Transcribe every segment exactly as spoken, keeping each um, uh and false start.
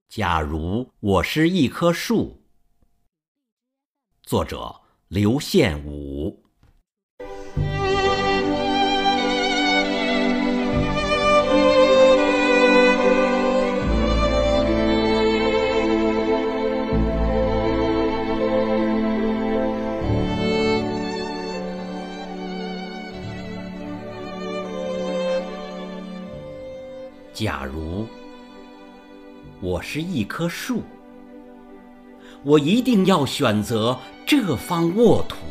假如我是一棵树。作者刘宪武。假如我是一棵树，我一定要选择这方沃土，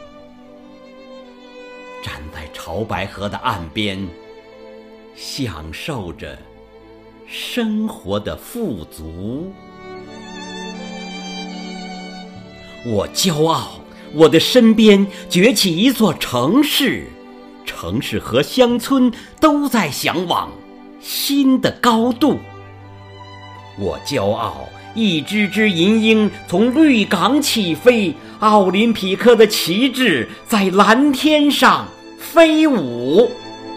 站在潮白河的岸边，享受着生活的富足。我骄傲，我的身边崛起一座城市，城市和乡村都在向往新的高度。我骄傲，一只只银鹰从绿港起飞，奥林匹克的旗帜在蓝天上飞舞。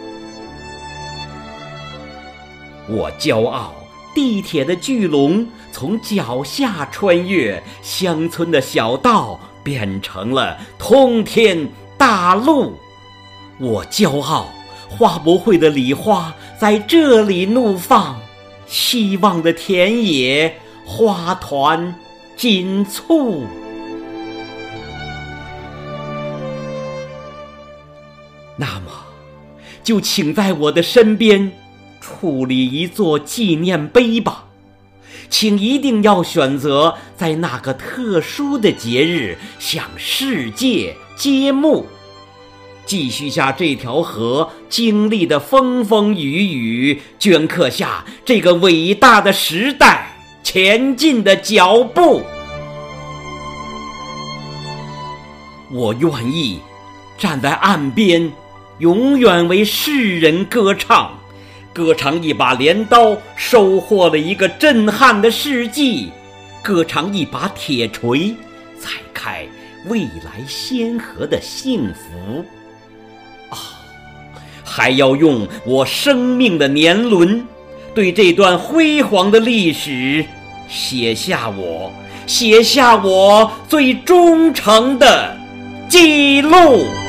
我骄傲，地铁的巨龙从脚下穿越，乡村的小道变成了通天大路。我骄傲，花博会的礼花在这里怒放，希望的田野花团锦簇。那么，就请在我的身边矗立一座纪念碑吧，请一定要选择在那个特殊的节日向世界揭幕，继续下这条河经历的风风雨雨，镌刻下这个伟大的时代前进的脚步。我愿意站在岸边，永远为世人歌唱，歌唱一把镰刀收获了一个震撼的世纪，歌唱一把铁锤踩开未来先河的幸福。还要用我生命的年轮，对这段辉煌的历史写下我写下我最忠诚的记录。